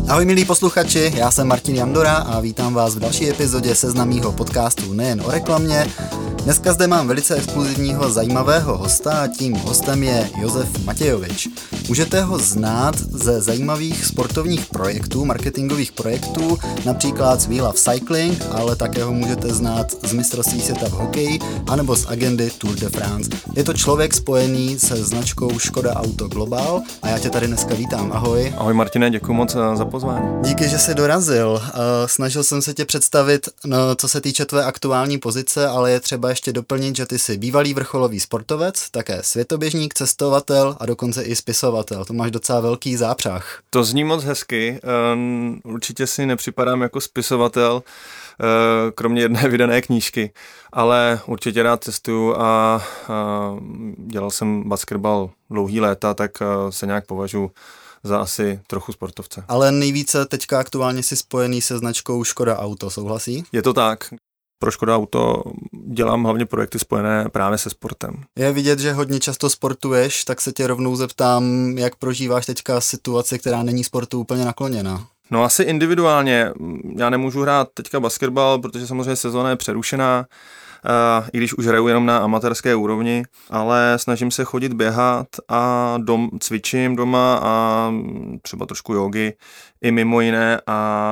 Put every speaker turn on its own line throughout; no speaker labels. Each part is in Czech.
Ahoj milí posluchači, já jsem Martin Jandora a vítám vás v další epizodě seznamního podcastu Nejen o reklamě. Dneska zde mám velice exkluzivního zajímavého hosta a tím hostem je Josef Matějovič. Můžete ho znát ze zajímavých sportovních projektů, marketingových projektů, například z We Love Cycling, ale také ho můžete znát z mistrovství světa v hokeji anebo z agendy Tour de France. Je to člověk spojený se značkou Škoda Auto Global a já tě tady dneska vítám. Ahoj.
Ahoj Martine, děkuji moc za pozvání.
Díky, že jsi dorazil. Snažil jsem se tě představit, co se týče tvé aktuální pozice, ale je třeba ještě doplnit, že ty jsi bývalý vrcholový sportovec, také světoběžník, cestovatel a dokonce i spisovatel. To máš docela velký zápřah.
To zní moc hezky. Určitě si nepřipadám jako spisovatel, kromě jedné vydané knížky, ale určitě rád cestuju a dělal jsem basketbal dlouhý léta, tak se nějak považuji za asi trochu sportovce.
Ale nejvíce teďka aktuálně si spojený se značkou Škoda Auto, souhlasí?
Je to tak. Pro Škoda Auto dělám hlavně projekty spojené právě se sportem.
Je vidět, že hodně často sportuješ, tak se tě rovnou zeptám, jak prožíváš teďka situaci, která není sportu úplně nakloněna.
No asi individuálně. Já nemůžu hrát teďka basketbal, protože samozřejmě sezóna je přerušená, i když už hraju jenom na amatérské úrovni, ale snažím se chodit běhat a cvičím doma a třeba trošku jógy i mimo jiné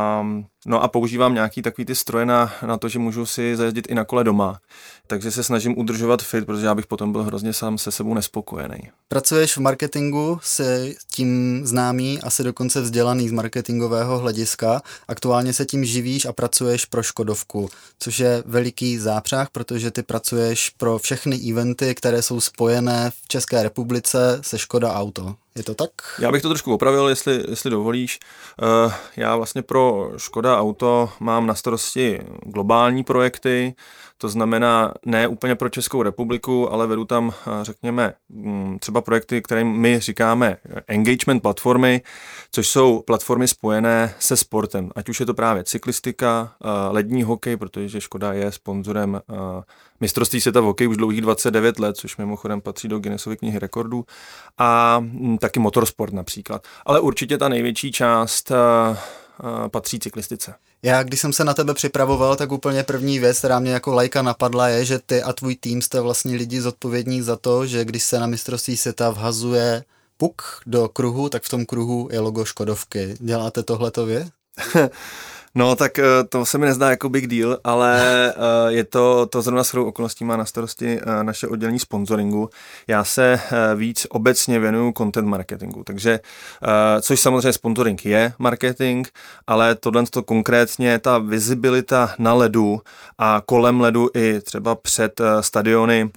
a používám nějaký takový ty stroje na to, že můžu si zajezdit i na kole doma. Takže se snažím udržovat fit, protože já bych potom byl hrozně sám se sebou nespokojený.
Pracuješ v marketingu, jsi tím známý, asi dokonce vzdělaný z marketingového hlediska. Aktuálně se tím živíš a pracuješ pro Škodovku, což je veliký zápřah, protože ty pracuješ pro všechny eventy, které jsou spojené v České republice se Škoda Auto. Je to tak?
Já bych to trošku opravil, jestli dovolíš. Já vlastně pro Škoda Auto mám na starosti globální projekty, to znamená ne úplně pro Českou republiku, ale vedu tam, řekněme, třeba projekty, které my říkáme engagement platformy, což jsou platformy spojené se sportem. Ať už je to právě cyklistika, lední hokej, protože Škoda je sponzorem mistrovství světa v hokeji už dlouhých 29 let, což mimochodem patří do Guinnessovy knihy rekordů, a taky motorsport například. Ale určitě ta největší část patří cyklistice.
Já, když jsem se na tebe připravoval, tak úplně první věc, která mě jako laika napadla, je, že ty a tvůj tým jste vlastně lidi zodpovědní za to, že když se na mistrovství světa vhazuje puk do kruhu, tak v tom kruhu je logo Škodovky. Děláte tohleto vy?
No, tak to se mi nezdá jako big deal, ale je to zrovna shodou okolností má na starosti naše oddělení sponsoringu. Já se víc obecně věnuju content marketingu, takže což samozřejmě sponsoring je marketing, ale tohle konkrétně ta vizibilita na ledu a kolem ledu i třeba před stadiony,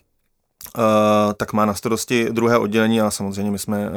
tak má na starosti druhé oddělení a samozřejmě my jsme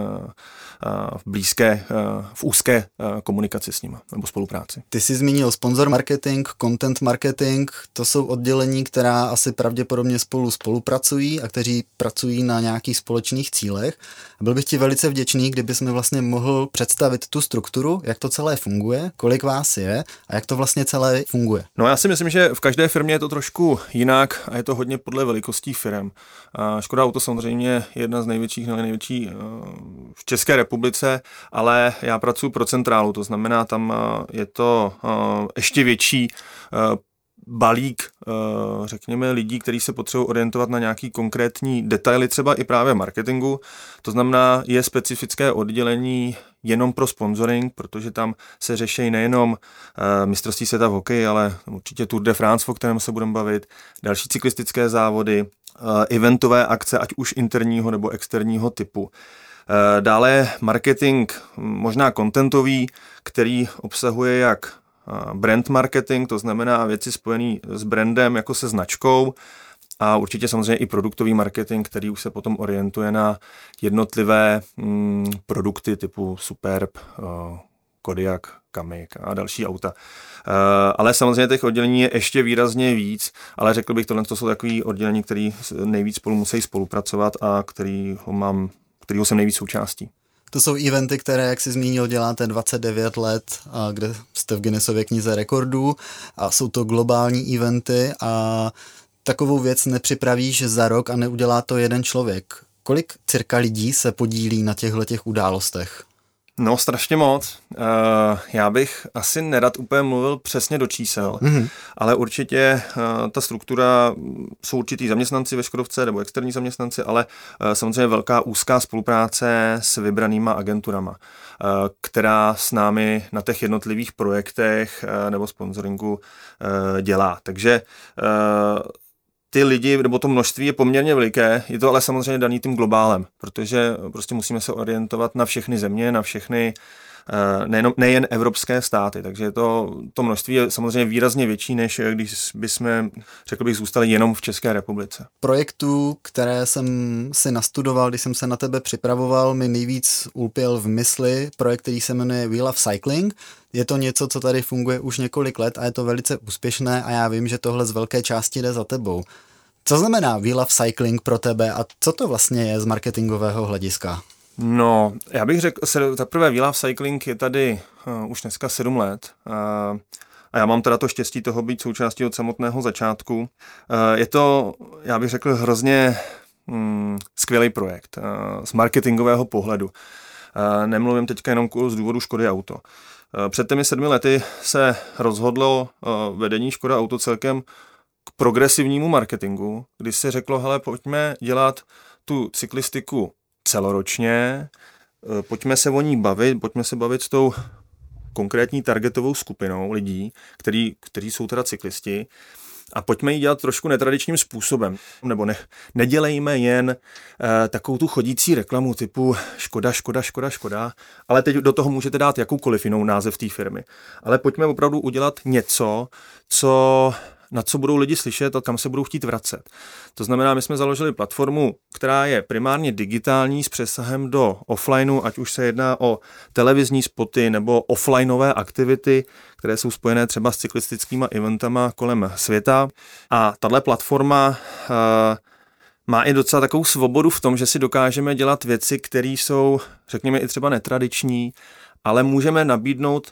v úzké komunikaci s nimi nebo spolupráci.
Ty jsi zmínil sponzor marketing, content marketing, to jsou oddělení, která asi pravděpodobně spolupracují a kteří pracují na nějakých společných cílech. Byl bych ti velice vděčný, kdybys mi vlastně mohl představit tu strukturu, jak to celé funguje, kolik vás je a jak to vlastně celé funguje.
No, já si myslím, že v každé firmě je to trošku jinak a je to hodně podle velikostí firem. Škoda Auto samozřejmě je jedna z největší v České republice, ale já pracuji pro centrálu, to znamená, tam je to ještě větší balík, řekněme, lidí, kteří se potřebují orientovat na nějaký konkrétní detaily, třeba i právě marketingu. To znamená, je specifické oddělení jenom pro sponsoring, protože tam se řeší nejenom mistrovství světa v hokeji, ale určitě Tour de France, o kterém se budeme bavit, další cyklistické závody, eventové akce, ať už interního nebo externího typu. Dále marketing, možná contentový, který obsahuje jak brand marketing, to znamená věci spojené s brandem jako se značkou, a určitě samozřejmě i produktový marketing, který už se potom orientuje na jednotlivé produkty typu Superb, Kodiaq, Kamiq a další auta. Ale samozřejmě těch oddělení je ještě výrazně víc, ale řekl bych, to jsou takové oddělení, které nejvíc spolu musí spolupracovat a kterýho jsem nejvíc součástí.
To jsou eventy, které, jak jsi zmínil, děláte 29 let, a kde jste v Guinnessově knize rekordů, a jsou to globální eventy a takovou věc nepřipravíš za rok a neudělá to jeden člověk. Kolik cirka lidí se podílí na těchto událostech?
No, strašně moc. Já bych asi nerad úplně mluvil přesně do čísel, ale určitě ta struktura, jsou určitý zaměstnanci ve Škodovce nebo externí zaměstnanci, ale samozřejmě velká úzká spolupráce s vybranýma agenturama, která s námi na těch jednotlivých projektech nebo sponsoringu dělá. Takže ty lidi, nebo to množství je poměrně veliké, je to ale samozřejmě daný tím globálem, protože prostě musíme se orientovat na všechny země, na všechny, nejen evropské státy, takže to množství je samozřejmě výrazně větší, než když bychom, řekl bych, zůstali jenom v České republice.
Projektů, které jsem si nastudoval, když jsem se na tebe připravoval, mi nejvíc ulpěl v mysli projekt, který se jmenuje We Love Cycling. Je to něco, co tady funguje už několik let a je to velice úspěšné a já vím, že tohle z velké části jde za tebou. Co znamená We Love Cycling pro tebe a co to vlastně je z marketingového hlediska?
No, já bych řekl, zaprvé We Love Cycling je tady už dneska 7 let a já mám teda to štěstí toho být součástí od samotného začátku. Je to, já bych řekl, hrozně skvělý projekt z marketingového pohledu. Nemluvím teďka jenom z důvodu Škody Auto. Před těmi 7 lety se rozhodlo vedení Škoda Auto celkem k progresivnímu marketingu, kdy se řeklo, hele, pojďme dělat tu cyklistiku celoročně, pojďme se o ní bavit, pojďme se bavit s tou konkrétní targetovou skupinou lidí, kteří jsou teda cyklisti, a pojďme ji dělat trošku netradičním způsobem. Nebo nedělejme jen takovou tu chodící reklamu typu Škoda, ale teď do toho můžete dát jakoukoliv jinou název té firmy. Ale pojďme opravdu udělat něco, na co budou lidi slyšet a kam se budou chtít vracet. To znamená, my jsme založili platformu, která je primárně digitální s přesahem do offlineu, ať už se jedná o televizní spoty nebo offlineové aktivity, které jsou spojené třeba s cyklistickýma eventama kolem světa. A tahle platforma má i docela takovou svobodu v tom, že si dokážeme dělat věci, které jsou, řekněme, i třeba netradiční, ale můžeme nabídnout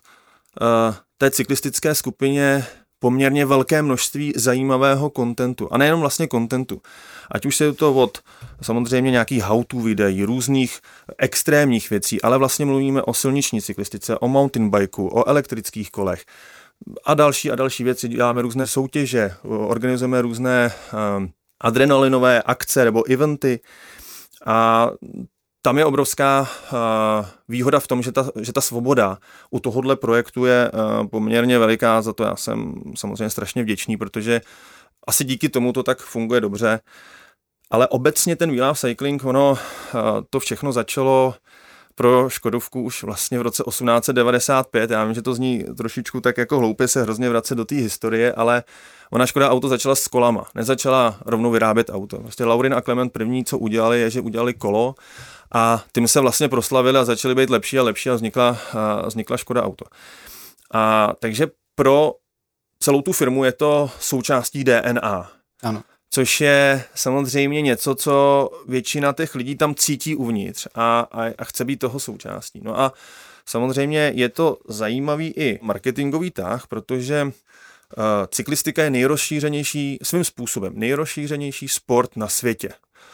té cyklistické skupině poměrně velké množství zajímavého kontentu. A nejenom vlastně kontentu. Ať už se to od samozřejmě nějakých how-to videí, různých extrémních věcí, ale vlastně mluvíme o silniční cyklistice, o mountain bikeu, o elektrických kolech a další věci. Děláme různé soutěže, organizujeme různé adrenalinové akce nebo eventy a tam je obrovská výhoda v tom, že ta svoboda u tohohle projektu je poměrně veliká, za to já jsem samozřejmě strašně vděčný, protože asi díky tomu to tak funguje dobře. Ale obecně ten We Love Cycling, to všechno začalo pro Škodovku už vlastně v roce 1895. Já vím, že to zní trošičku tak jako hloupě se hrozně vracet do té historie, ale ona Škoda Auto začala s kolama, nezačala rovnou vyrábět auto. Prostě Laurin a Klement první, co udělali, je, že udělali kolo a tím se vlastně proslavili a začali být lepší a lepší a vznikla Škoda Auto. A takže pro celou tu firmu je to součástí DNA.
Ano.
Což je samozřejmě něco, co většina těch lidí tam cítí uvnitř a chce být toho součástí. No a samozřejmě je to zajímavý i marketingový tah, protože cyklistika je nejrozšířenější svým způsobem, nejrozšířenější sport na světě.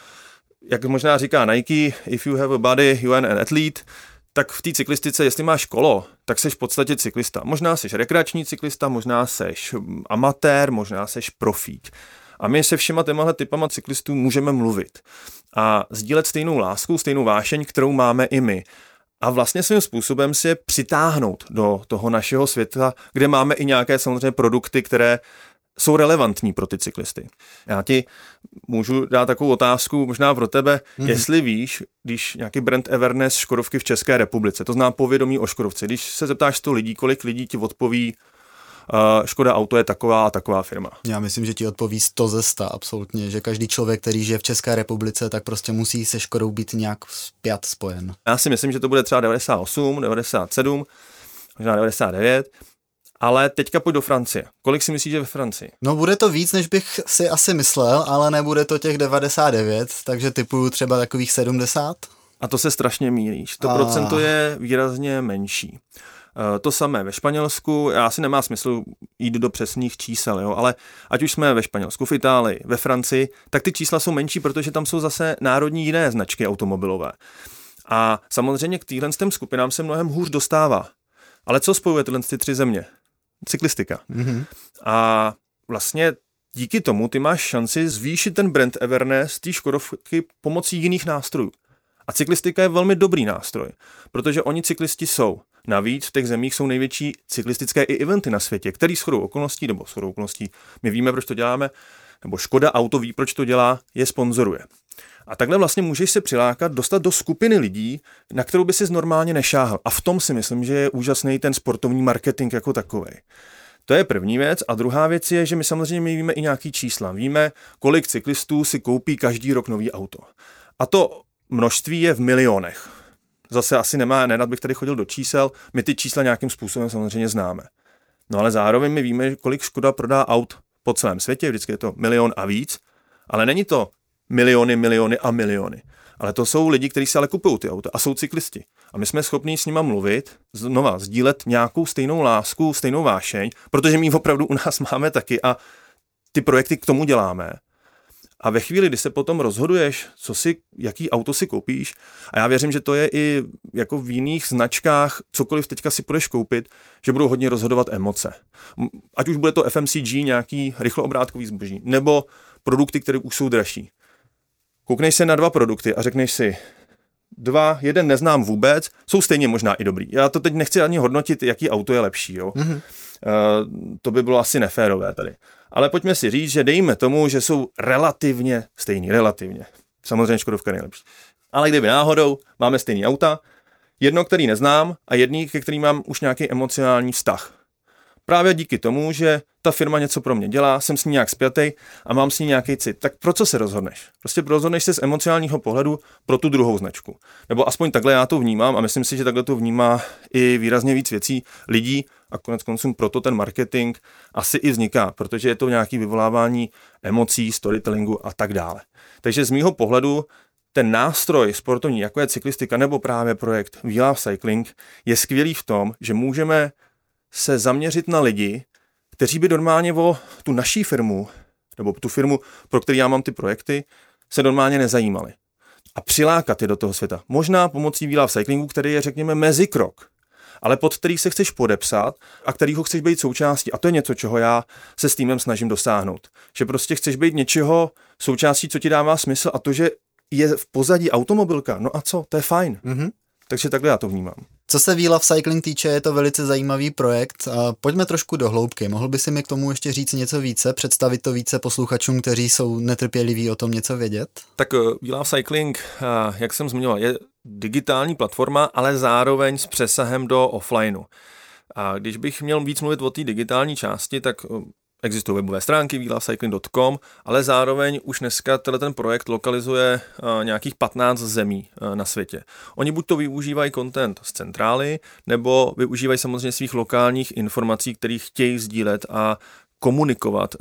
Jak možná říká Nike, if you have a body, you are an athlete, tak v té cyklistice, jestli máš kolo, tak seš v podstatě cyklista. Možná seš rekreační cyklista, možná seš amatér, možná seš profík. A my se všema těmahle typama cyklistů můžeme mluvit a sdílet stejnou lásku, stejnou vášeň, kterou máme i my. A vlastně svým způsobem si je přitáhnout do toho našeho světa, kde máme i nějaké samozřejmě produkty, které jsou relevantní pro ty cyklisty. Já ti můžu dát takovou otázku, možná pro tebe, jestli víš, když nějaký brand awareness Škodovky v České republice, to znamená povědomí o Škodovce, když se zeptáš 100 lidí, kolik lidí ti odpoví, Škoda Auto je taková a taková firma.
Já myslím, že ti odpoví 100 ze 100, absolutně, že každý člověk, který žije v České republice, tak prostě musí se Škodou být nějak zpět spojen.
Já si myslím, že to bude třeba 98, 97, možná 99, ale teďka pojď do Francie. Kolik si myslíš, že ve Francii?
No bude to víc, než bych si asi myslel, ale nebude to těch 99, takže typuju třeba takových 70.
A to se strašně mýlíš. To procento je výrazně menší. To samé ve Španělsku, já si nemá smysl jít do přesných čísel, jo, ale ať už jsme ve Španělsku, v Itálii, ve Francii, tak ty čísla jsou menší, protože tam jsou zase národní jiné značky automobilové. A samozřejmě k téhle skupinám se mnohem hůř dostává. Ale co spojuje tyhle 3 země? Cyklistika. Mm-hmm. A vlastně díky tomu ty máš šanci zvýšit ten brand awareness té Škodovky pomocí jiných nástrojů. A cyklistika je velmi dobrý nástroj, protože oni cyklisti jsou. Navíc v těch zemích jsou největší cyklistické i eventy na světě, který shodou okolností, my víme, proč to děláme, nebo Škoda Auto ví, proč to dělá, je sponzoruje. A takhle vlastně můžeš se přilákat, dostat do skupiny lidí, na kterou by si normálně nešáhl. A v tom si myslím, že je úžasný ten sportovní marketing jako takovej. To je první věc. A druhá věc je, že my samozřejmě víme i nějaký čísla. Víme, kolik cyklistů si koupí každý rok nový auto. A to množství je v milionech. Zase asi nerad bych tady chodil do čísel, my ty čísla nějakým způsobem samozřejmě známe. No ale zároveň my víme, kolik Škoda prodá aut po celém světě, vždycky je to 1 milion a víc, ale není to miliony a miliony. Ale to jsou lidi, kteří si ale kupují ty auta a jsou cyklisti. A my jsme schopni s nima mluvit, sdílet nějakou stejnou lásku, stejnou vášeň, protože my opravdu u nás máme taky a ty projekty k tomu děláme. A ve chvíli, kdy se potom rozhoduješ, jaký auto si koupíš, a já věřím, že to je i jako v jiných značkách, cokoliv teďka si půjdeš koupit, že budou hodně rozhodovat emoce. Ať už bude to FMCG, nějaký rychloobrátkové zboží, nebo produkty, které už jsou dražší. Koukneš se na 2 produkty a řekneš si, jeden neznám vůbec, jsou stejně možná i dobrý. Já to teď nechci ani hodnotit, jaký auto je lepší. Jo? Mm-hmm. To by bylo asi neférové tady. Ale pojďme si říct, že dejme tomu, že jsou relativně stejný. Samozřejmě Škodovka je nejlepší. Ale kdyby náhodou máme stejný auta, jedno, který neznám a jedný, ke kterým mám už nějaký emocionální vztah. Právě díky tomu, že ta firma něco pro mě dělá, jsem s ní nějak spjatej a mám s ní nějaký cit. Tak pro co se rozhodneš? Prostě rozhodneš se z emocionálního pohledu pro tu druhou značku. Nebo aspoň takhle já to vnímám a myslím si, že takhle to vnímá i výrazně víc věcí lidí a konec konců proto ten marketing asi i vzniká, protože je to nějaké vyvolávání emocí, storytellingu a tak dále. Takže z mýho pohledu ten nástroj sportovní, jako je cyklistika nebo právě projekt We Love Cycling, je skvělý v tom, že můžeme se zaměřit na lidi, kteří by normálně o tu naší firmu, nebo tu firmu, pro který já mám ty projekty, se normálně nezajímali. A přilákat je do toho světa. Možná pomocí We Love Cyclingu, který je, řekněme, mezikrok, ale pod který se chceš podepsat a kterýho chceš být součástí. A to je něco, čeho já se s týmem snažím dosáhnout. Že prostě chceš být něčeho součástí, co ti dává smysl a to, že je v pozadí automobilka, no a co, to je fajn. Mm-hmm. Takže takhle já to vnímám.
Co se We Love Cycling týče, je to velice zajímavý projekt. Pojďme trošku do hloubky. Mohl by si mi k tomu ještě říct něco více, představit to více posluchačům, kteří jsou netrpěliví o tom něco vědět?
Tak We Love Cycling, jak jsem zmiňoval, je digitální platforma, ale zároveň s přesahem do offlineu. A když bych měl víc mluvit o té digitální části, tak existují webové stránky welovecycling.com, ale zároveň už dneska ten projekt lokalizuje nějakých 15 zemí na světě. Oni buď to využívají content z centrály, nebo využívají samozřejmě svých lokálních informací, které chtějí sdílet a komunikovat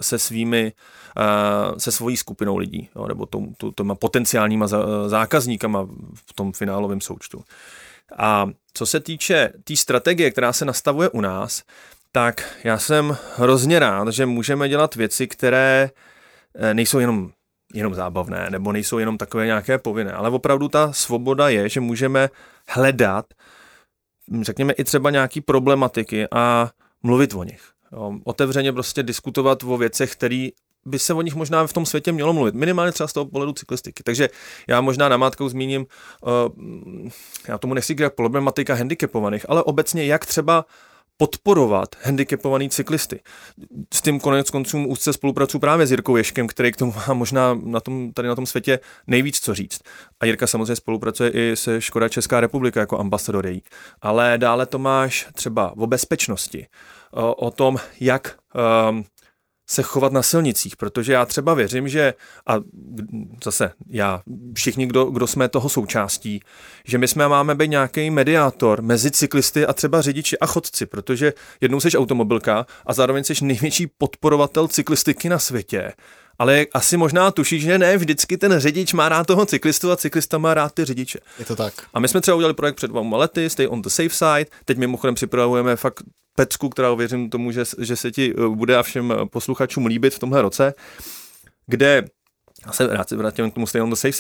se svojí skupinou lidí, jo, nebo těma potenciálníma zákazníkama v tom finálovém součtu. A co se týče té strategie, která se nastavuje u nás, tak já jsem hrozně rád, že můžeme dělat věci, které nejsou jenom zábavné, nebo nejsou jenom takové nějaké povinné, ale opravdu ta svoboda je, že můžeme hledat, řekněme i třeba nějaký problematiky a mluvit o nich. Jo, otevřeně prostě diskutovat o věcech, které by se o nich možná v tom světě mělo mluvit. Minimálně třeba z toho pohledu cyklistiky. Takže já možná namátkou zmíním, já tomu nechci říkat problematika handicapovaných, ale obecně jak třeba podporovat handicapovaný cyklisty. S tím konec konců úzce spolupracuji právě s Jirkou Ježkem, který k tomu má možná tady na tom světě nejvíc co říct. A Jirka samozřejmě spolupracuje i se Škoda Česká republika jako ambasador její. Ale dále to máš třeba o bezpečnosti, o tom, jak se chovat na silnicích, protože já třeba věřím, že, a zase všichni, kdo jsme toho součástí, že my máme být nějaký mediátor mezi cyklisty a třeba řidiči a chodci, protože jednou seš automobilka a zároveň seš největší podporovatel cyklistiky na světě. Ale asi možná tušíš, že ne vždycky ten řidič má rád toho cyklistu a cyklista má rád ty řidiče.
Je to tak.
A my jsme třeba udělali projekt před 2 lety, Stay on the Safe Side, teď mimochodem připravujeme fakt pecku, která věřím tomu, že se ti bude a všem posluchačům líbit v tomhle roce, kde, já se rád vrátím k tomu Stay on the Safe Side,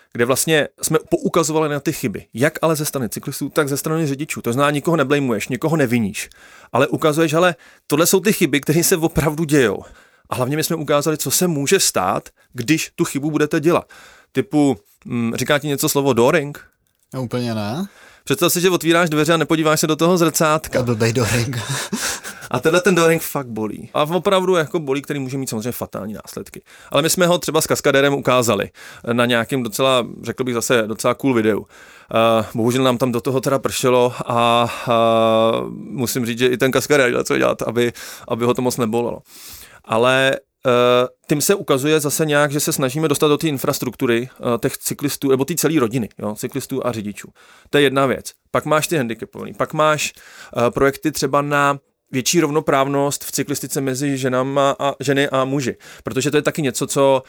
kde vlastně jsme poukazovali na ty chyby, jak ale ze strany cyklistů, tak ze strany řidičů. To znamená, nikoho neblejmuješ, nikoho neviníš, ale ukazuješ, ale tohle jsou ty chyby, které se opravdu dějou. A hlavně my jsme ukázali, co se může stát, když tu chybu budete dělat. Typu, říká ti něco slovo dooring?
No, úplně ne.
Představ si, že otvíráš dveře a nepodíváš se do toho zrcátka.
Blbej dooring.
A tenhle ten dooring fakt bolí. A opravdu jako bolí, který může mít samozřejmě fatální následky. Ale my jsme ho třeba s kaskadérem ukázali na nějakém docela, řekl bych zase, docela cool videu. Bohužel nám tam do toho teda pršelo a musím říct, že i ten kaskadér dělal co dělat, aby ho to moc nebolelo. Ale tím se ukazuje zase nějak, že se snažíme dostat do té infrastruktury těch cyklistů, nebo té celé rodiny, jo, cyklistů a řidičů. To je jedna věc. Pak máš ty handicapovaný, pak máš projekty třeba na větší rovnoprávnost v cyklistice mezi ženy a muži. Protože to je taky něco, co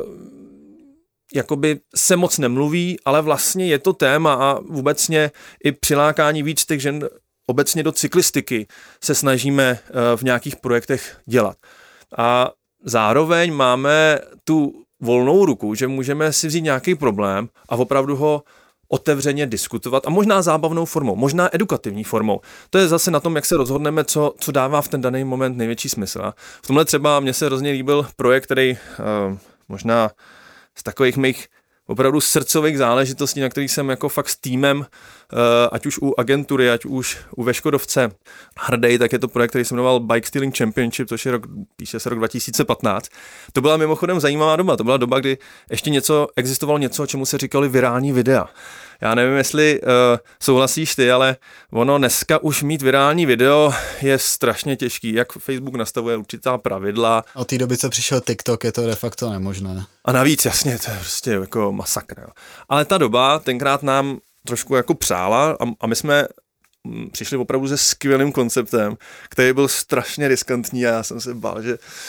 jakoby se moc nemluví, ale vlastně je to téma a vůbecně i přilákání víc těch žen obecně do cyklistiky se snažíme v nějakých projektech dělat. A zároveň máme tu volnou ruku, že můžeme si vzít nějaký problém a opravdu ho otevřeně diskutovat a možná zábavnou formou, možná edukativní formou. To je zase na tom, jak se rozhodneme, co dává v ten daný moment největší smysl. A v tomhle třeba mně se hrozně líbil projekt, který možná z takových mých opravdu srdcových záležitostí, na kterých jsem jako fakt s týmem, ať už u agentury, ať už u Veškodovce hrdej, tak je to projekt, který se jmenoval Bike Stealing Championship, což je píše se rok 2015. To byla mimochodem zajímavá doba. To byla doba, kdy ještě existovalo něco, čemu se říkali virální videa. Já nevím, jestli souhlasíš ty, ale ono dneska už mít virální video je strašně těžký. Jak Facebook nastavuje určitá pravidla.
Od té doby, co přišel TikTok, je to de facto nemožné.
A navíc, jasně, to je prostě jako masakr. Jo. Ale ta doba tenkrát nám trošku jako přála a my jsme přišli opravdu se skvělým konceptem, který byl strašně riskantní a já jsem se bál,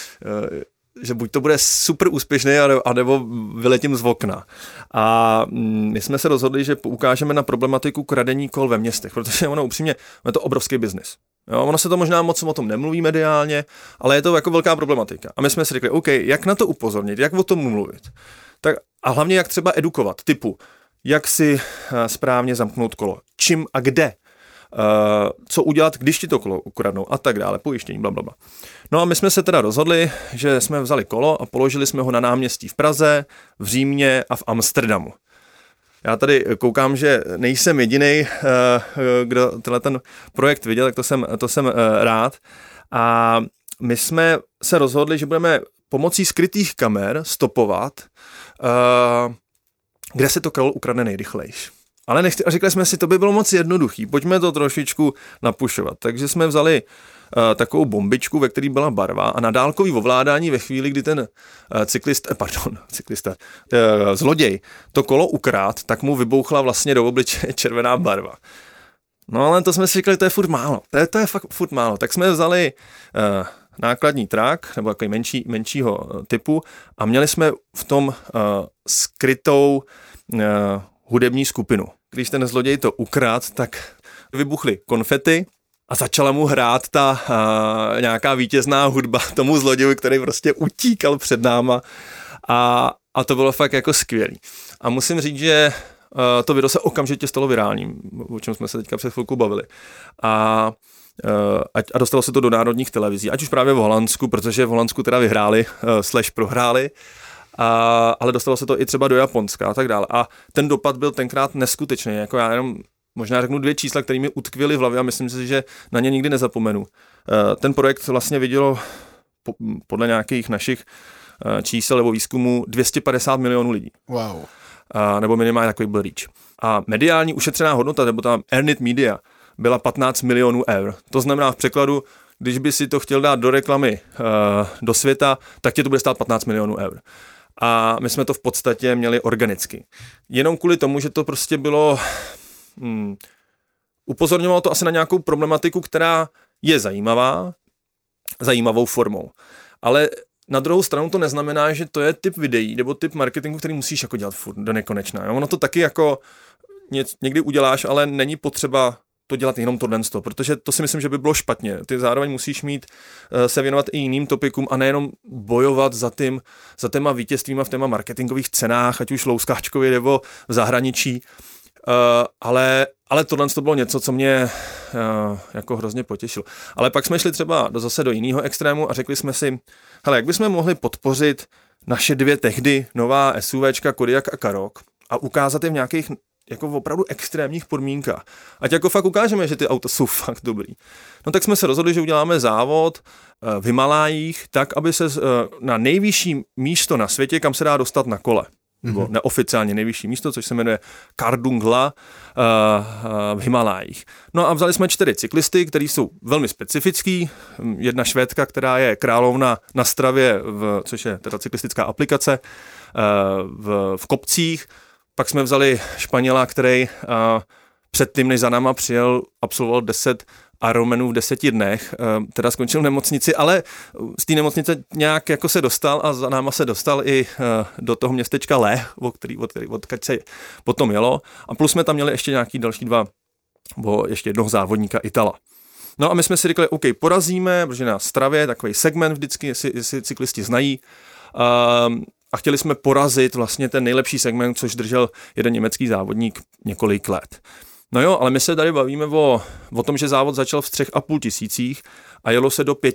že buď to bude super úspěšný, anebo vyletím z okna. A my jsme se rozhodli, že ukážeme na problematiku kradení kol ve městech, protože ono upřímně, je to obrovský biznis. Jo, ono se to možná moc o tom nemluví mediálně, ale je to jako velká problematika. A my jsme si řekli, OK, jak na to upozornit, jak o tom mluvit. Tak, a hlavně jak třeba edukovat, typu, jak si správně zamknout kolo, čím a kde, co udělat, když ti to kolo ukradnou a tak dále, pojištění, blablabla. No a my jsme se teda rozhodli, že jsme vzali kolo a položili jsme ho na náměstí v Praze, v Římě a v Amsterdamu. Já tady koukám, že nejsem jedinej, kdo tenhle ten projekt viděl, tak to jsem rád. A my jsme se rozhodli, že budeme pomocí skrytých kamer stopovat, kde se to kolo ukradne nejrychlejš. Ale a řekli jsme si, to by bylo moc jednoduchý, pojďme to trošičku napušovat. Takže jsme vzali takovou bombičku, ve které byla barva a na dálkový ovládání ve chvíli, kdy ten zloděj to kolo ukrát, tak mu vybouchla vlastně do obličeje červená barva. No ale to jsme si říkali, to je furt málo. To je fakt furt málo. Tak jsme vzali nákladní trak, nebo takový menšího typu a měli jsme v tom skrytou hudební skupinu. Když ten zloděj to ukrát, tak vybuchly konfety a začala mu hrát ta nějaká vítězná hudba tomu zloději, který prostě utíkal před náma a to bylo fakt jako skvělý. A musím říct, že to video se okamžitě stalo virálním, o čem jsme se teďka před chvilkou bavili. A dostalo se to do národních televizí, ať už právě v Holandsku, protože v Holandsku teda vyhráli, prohráli, ale dostalo se to i třeba do Japonska a tak dále. A ten dopad byl tenkrát neskutečný, jako já jenom možná řeknu 2 čísla, které mi utkvěly v hlavě a myslím si, že na ně nikdy nezapomenu. Ten projekt vlastně vidělo podle nějakých našich čísel nebo výzkumů 250 milionů lidí.
Wow.
Nebo minimálně takový byl reach. A mediální ušetřená hodnota, nebo ta earned media, byla 15 milionů eur. To znamená v překladu, když by si to chtěl dát do reklamy do světa, tak tě to bude stát 15 milionů eur. A my jsme to v podstatě měli organicky. Jenom kvůli tomu, že to prostě bylo... upozorňovalo to asi na nějakou problematiku, která je zajímavou formou. Ale na druhou stranu to neznamená, že to je typ videí nebo typ marketingu, který musíš jako dělat furt do nekonečna. Ono to taky jako někdy uděláš, ale není potřeba to dělat jenom tohle, protože to si myslím, že by bylo špatně. Ty zároveň musíš mít se věnovat i jiným topikům a nejenom bojovat za těma vítězstvíma v téma marketingových cenách, ať už louskáčkově nebo v zahraničí. Ale tohle to bylo něco, co mě jako hrozně potěšilo. Ale pak jsme šli třeba zase do jiného extrému a řekli jsme si, hele, jak bychom mohli podpořit naše dvě tehdy nová SUVčka Kodiaq a Karoq a ukázat je v nějakých jako opravdu extrémních podmínkách. Ať jako fakt ukážeme, že ty auta jsou fakt dobrý. No tak jsme se rozhodli, že uděláme závod v Himalájích tak, aby se na nejvyšší místo na světě, kam se dá dostat na kole, nebo neoficiálně nejvyšší místo, což se jmenuje Kardungla v Himalájích. No a vzali jsme 4 cyklisty, kteří jsou velmi specifický. Jedna Švédka, která je královna na Stravě, což je teda cyklistická aplikace, v kopcích. Pak jsme vzali Španěla, který předtím, než za náma přijel, absolvoval 10 Ironmanů v 10 dnech, teda skončil v nemocnici, ale z té nemocnice nějak jako se dostal a za náma se dostal i do toho městečka Leh, odkud se potom jelo. A plus jsme tam měli ještě nějaký další 2, ještě jednoho závodníka Itala. No a my jsme si řekli, OK, porazíme, protože na Stravě takový segment vždycky, jestli cyklisti znají, a chtěli jsme porazit vlastně ten nejlepší segment, což držel jeden německý závodník několik let. No jo, ale my se tady bavíme o tom, že závod začal v 3,5 tisících a jelo se do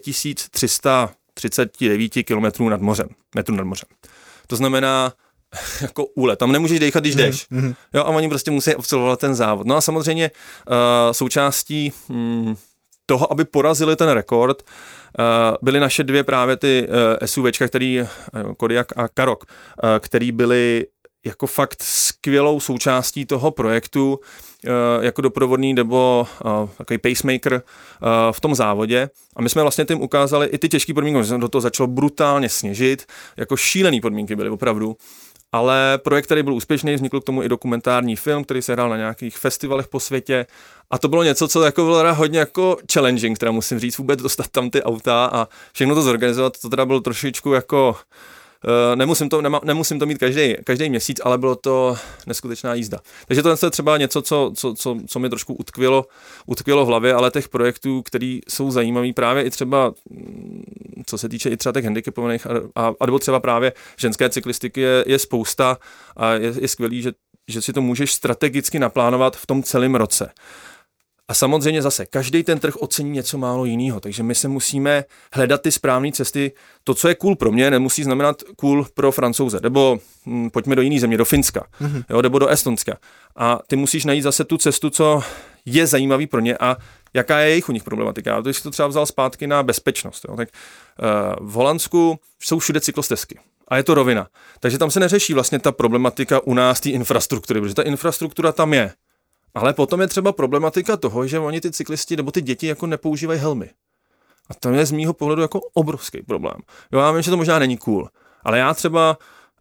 5339 km nad mořem, metrů nad mořem. To znamená jako úlet. Tam nemůžeš dejchat, když jdeš. Jo, a oni prostě musí absolvovat ten závod. No a samozřejmě součástí toho, aby porazili ten rekord, byly naše dvě právě ty SUVčka, Kodiaq a Karoq, který byly jako fakt skvělou součástí toho projektu, jako doprovodný nebo takový pacemaker v tom závodě. A my jsme vlastně tím ukázali i ty těžké podmínky, že do toho začalo brutálně sněžit, jako šílený podmínky byly opravdu. Ale projekt, který byl úspěšný, vznikl k tomu i dokumentární film, který se hrál na nějakých festivalech po světě. A to bylo něco, co jako bylo hodně jako challenging, teda musím říct, vůbec dostat tam ty auta a všechno to zorganizovat. To teda bylo trošičku jako nemusím to mít každý měsíc, ale bylo to neskutečná jízda. Takže to je třeba něco, co mi trošku utkvělo v hlavě, ale těch projektů, který jsou zajímavý právě i třeba, co se týče i třeba těch handicapovaných a nebo třeba právě ženské cyklistiky je spousta a je skvělý, že si to můžeš strategicky naplánovat v tom celém roce. A samozřejmě zase, každý ten trh ocení něco málo jiného, takže my se musíme hledat ty správné cesty. To, co je cool pro mě, nemusí znamenat cool pro Francouze, nebo pojďme do jiné země, do Finska, jo, nebo do Estonska. A ty musíš najít zase tu cestu, co je zajímavý pro ně a jaká je jejich u nich problematika. Když jsi to třeba vzal zpátky na bezpečnost, jo, tak v Holandsku jsou všude cyklostezky. A je to rovina. Takže tam se neřeší vlastně ta problematika u nás té infrastruktury, protože ta infrastruktura tam je. Ale potom je třeba problematika toho, že oni ty cyklisti nebo ty děti jako nepoužívají helmy. A to je z mýho pohledu jako obrovský problém. Jo, já vím, že to možná není cool, ale já třeba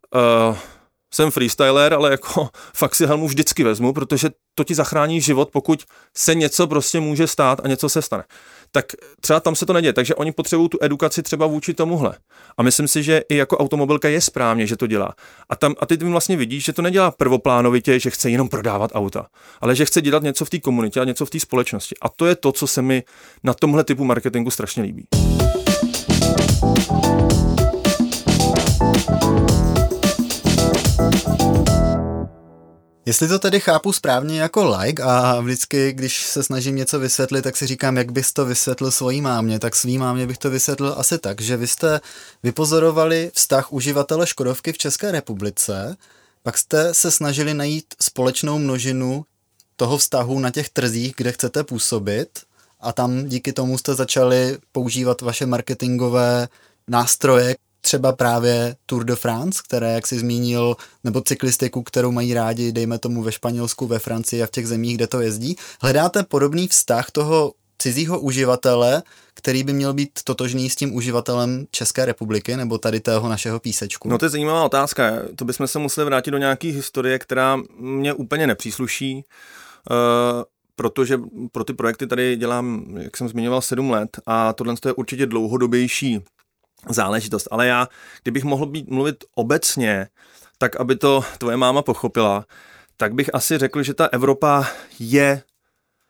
jsem freestyler, ale jako fakt si helmu vždycky vezmu, protože to ti zachrání život, pokud se něco prostě může stát a něco se stane. Tak třeba tam se to neděje, takže oni potřebují tu edukaci třeba vůči tomuhle. A myslím si, že i jako automobilka je správně, že to dělá. A ty vlastně vidíš, že to nedělá prvoplánovitě, že chce jenom prodávat auta, ale že chce dělat něco v té komunitě a něco v té společnosti. A to je to, co se mi na tomhle typu marketingu strašně líbí.
Jestli to tedy chápu správně jako like a vždycky, když se snažím něco vysvětlit, tak si říkám, jak bys to vysvětlil svojí mámě, tak svý mámě bych to vysvětlil asi tak, že vy jste vypozorovali vztah uživatele Škodovky v České republice, pak jste se snažili najít společnou množinu toho vztahu na těch trzích, kde chcete působit a tam díky tomu jste začali používat vaše marketingové nástroje, třeba právě Tour de France, které, jak jsi zmínil, nebo cyklistiku, kterou mají rádi, dejme tomu ve Španělsku, ve Francii a v těch zemích, kde to jezdí. Hledáte podobný vztah toho cizího uživatele, který by měl být totožný s tím uživatelem České republiky, nebo tady tého našeho písečku?
No to je zajímavá otázka. To bychom se museli vrátit do nějaké historie, která mě úplně nepřísluší, protože pro ty projekty tady dělám, jak jsem zmiňoval, 7 let a tohle je určitě dlouhodobější záležitost, ale já, kdybych mohl mluvit obecně, tak aby to tvoje máma pochopila, tak bych asi řekl, že ta Evropa je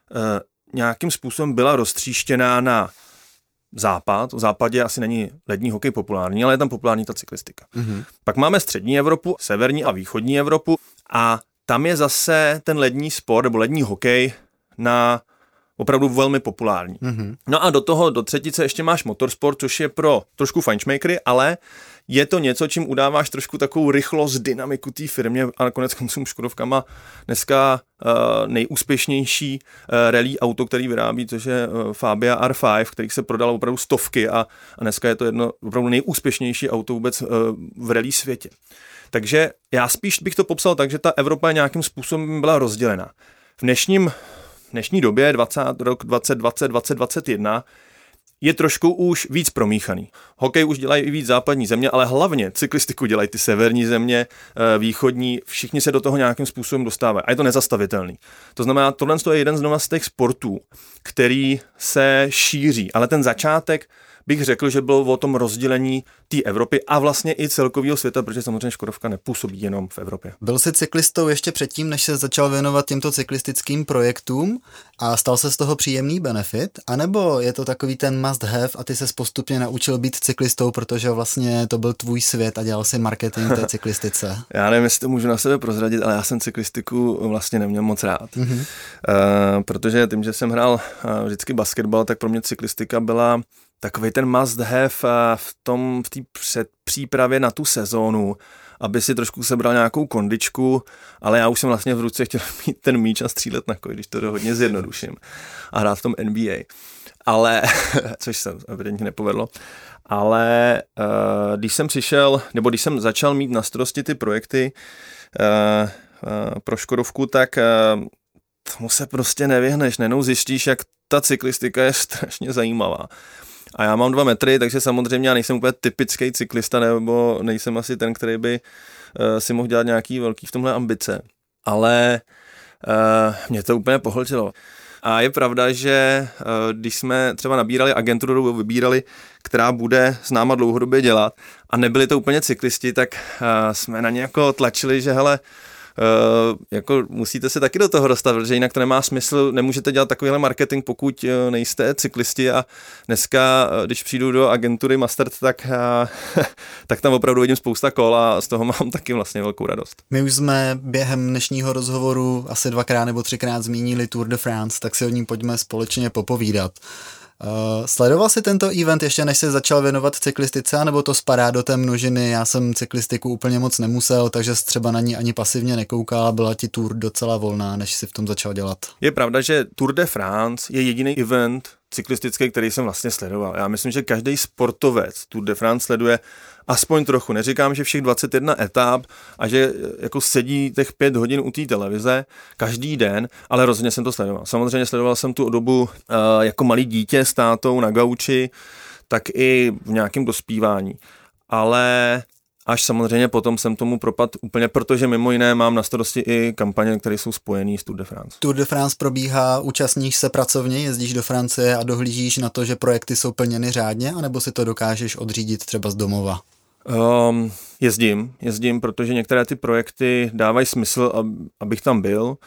nějakým způsobem byla roztříštěná na západ. V západě asi není lední hokej populární, ale je tam populární ta cyklistika. Mm-hmm. Pak máme střední Evropu, severní a východní Evropu a tam je zase ten lední sport nebo lední hokej na opravdu velmi populární. Mm-hmm. No a do třetice ještě máš motorsport, což je pro trošku fajnšmejkry, ale je to něco, čím udáváš trošku takovou rychlost, dynamiku té firmě a nakonec koncům Škodovka má dneska nejúspěšnější rally auto, který vyrábí, což je Fabia R5, kterých se prodalo opravdu stovky a dneska je to jedno opravdu nejúspěšnější auto vůbec v rally světě. Takže já spíš bych to popsal tak, že ta Evropa nějakým způsobem byla rozdělená. V dnešní době, rok 2020, 2021, je trošku už víc promíchaný. Hokej už dělají i víc západní země, ale hlavně cyklistiku dělají ty severní země, východní, všichni se do toho nějakým způsobem dostávají. A je to nezastavitelný. To znamená, tohle je jeden z těch sportů, který se šíří, ale ten začátek bych řekl, že bylo o tom rozdělení té Evropy a vlastně i celkového světa, protože samozřejmě Škodovka nepůsobí jenom v Evropě.
Byl jsi cyklistou ještě předtím, než se začal věnovat těmto cyklistickým projektům a stal se z toho příjemný benefit? A nebo je to takový ten must have a ty ses postupně naučil být cyklistou, protože vlastně to byl tvůj svět a dělal si marketing té cyklistice?
Já nevím, jestli to můžu na sebe prozradit, ale já jsem cyklistiku vlastně neměl moc rád. Mm-hmm. Protože tím, že jsem hrál vždycky basketbal, tak pro mě cyklistika byla takový ten must have v té předpřípravě na tu sezónu, aby si trošku sebral nějakou kondičku, ale já už jsem vlastně v ruce chtěl mít ten míč a střílet na koj, když to hodně zjednoduším a hrát v tom NBA. Ale, což se evidentně nepovedlo, ale když jsem začal mít na starosti ty projekty pro Škodovku, tak tomu se prostě nevyhneš, nenou zjistíš, jak ta cyklistika je strašně zajímavá. A já mám 2 metry, takže samozřejmě já nejsem úplně typický cyklista, nebo nejsem asi ten, který by si mohl dělat nějaký velký v tomhle ambice. Ale mě to úplně pohltilo. A je pravda, že když jsme třeba nabírali agenturu, vybírali, která bude s náma dlouhodobě dělat a nebyli to úplně cyklisti, tak jsme na ně jako tlačili, že hele, jako musíte se taky do toho dostat, protože jinak to nemá smysl, nemůžete dělat takovýhle marketing, pokud nejste cyklisti a dneska, když přijdu do agentury Mastert, tak tam opravdu vidím spousta kol a z toho mám taky vlastně velkou radost.
My už jsme během dnešního rozhovoru asi 2krát nebo 3krát zmínili Tour de France, tak si o ní pojďme společně popovídat. Sledoval jsi tento event ještě než se začal věnovat cyklistice, nebo to spadá do té množiny? Já jsem cyklistiku úplně moc nemusel, takže třeba na ní ani pasivně nekoukal, byla ti Tour docela volná, než si v tom začal dělat.
Je pravda, že Tour de France je jediný event cyklistický, který jsem vlastně sledoval. Já myslím, že každý sportovec Tour de France sleduje aspoň trochu. Neříkám, že všech 21 etap a že jako sedí těch 5 hodin u té televize každý den, ale rozhodně jsem to sledoval. Samozřejmě sledoval jsem tu dobu jako malý dítě s tátou na gauči, tak i v nějakém dospívání. Ale až samozřejmě potom jsem tomu propadl úplně, protože mimo jiné mám na starosti i kampaně, které jsou spojené s Tour de France.
Tour de France probíhá, účastníš se pracovně, jezdíš do Francie a dohlížíš na to, že projekty jsou plněny řádně, anebo si to dokážeš odřídit třeba z domova?
Jezdím, protože některé ty projekty dávají smysl, abych tam byl.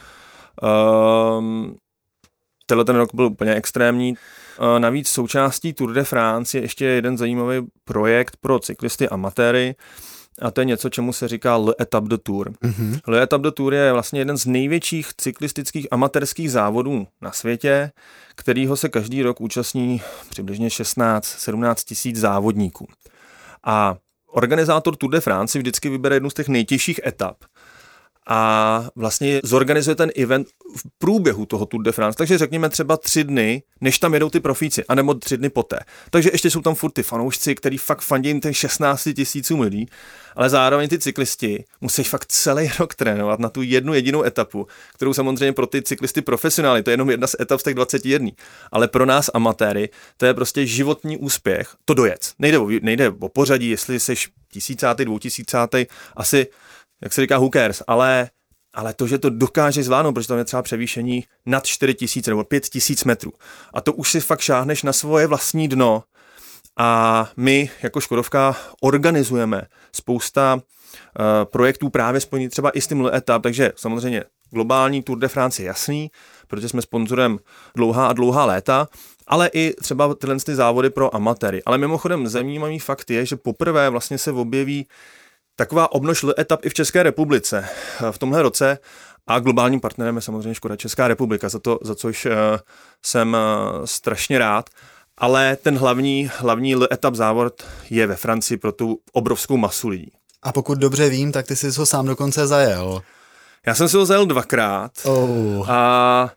Ten rok byl úplně extrémní. Navíc součástí Tour de France je ještě jeden zajímavý projekt pro cyklisty amatéry a to je něco, čemu se říká L'Étape de Tour. Mm-hmm. L'Étape de Tour je vlastně jeden z největších cyklistických amatérských závodů na světě, kterýho se každý rok účastní přibližně 16-17 tisíc závodníků. A organizátor Tour de France vždycky vybere jednu z těch nejtěžších etap a vlastně zorganizuje ten event v průběhu toho Tour de France, takže řekněme třeba 3 dny, než tam jedou ty profíci, anebo 3 dny poté. Takže ještě jsou tam furt ty fanoušci, který fakt fandí těch 16 tisícům lidí, ale zároveň ty cyklisti musí fakt celý rok trénovat na tu jednu jedinou etapu, kterou samozřejmě pro ty cyklisty profesionály, to je jenom jedna z etap z těch 21. Ale pro nás amatéry, to je prostě životní úspěch, to dojet. Nejde o pořadí, jestli jsi 1000., 2000., asi jak se říká, who cares, ale to, že to dokáže zvládnout, protože tam je třeba převýšení nad 4000 nebo 5000 metrů. A to už si fakt šáhneš na svoje vlastní dno. A my jako Škodovka organizujeme spousta projektů právě spojených třeba i s tím L'Étape, takže samozřejmě globální Tour de France je jasný, protože jsme sponzorem dlouhá léta, ale i třeba tyhle ty závody pro amatéry. Ale mimochodem zajímavý fakt je, že poprvé vlastně se objeví taková obnož etap i v České republice v tomhle roce a globálním partnerem je samozřejmě Škoda Česká republika, za což jsem strašně rád. Ale ten hlavní etap závod je ve Francii pro tu obrovskou masu lidí.
A pokud dobře vím, tak ty jsi ho sám dokonce zajel.
Já jsem si ho zajel 2krát a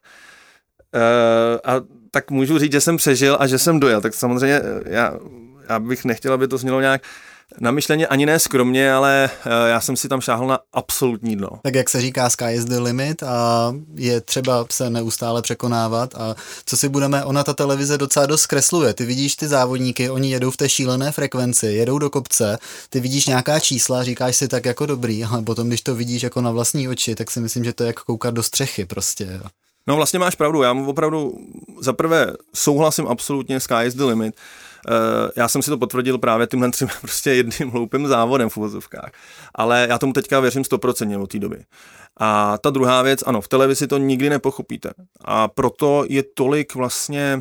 tak můžu říct, že jsem přežil a že jsem dojel. Tak samozřejmě já bych nechtěl, aby to znělo nějak namyšleně, ani ne skromně, ale já jsem si tam šáhl na absolutní dno.
Tak jak se říká, sky is the limit a je třeba se neustále překonávat a co si budeme, ona ta televize docela dost zkresluje. Ty vidíš ty závodníky, oni jedou v té šílené frekvenci, jedou do kopce, ty vidíš nějaká čísla, říkáš si tak jako dobrý, ale potom, když to vidíš jako na vlastní oči, tak si myslím, že to je jako koukat do střechy prostě.
No vlastně máš pravdu, já opravdu zaprvé souhlasím absolutně, sky is the limit. Já jsem si to potvrdil právě tímhle prostě jedným hloupým závodem v uvozovkách. Ale já tomu teďka věřím 100% od té doby. A ta druhá věc, ano, v televizi to nikdy nepochopíte. A proto je tolik vlastně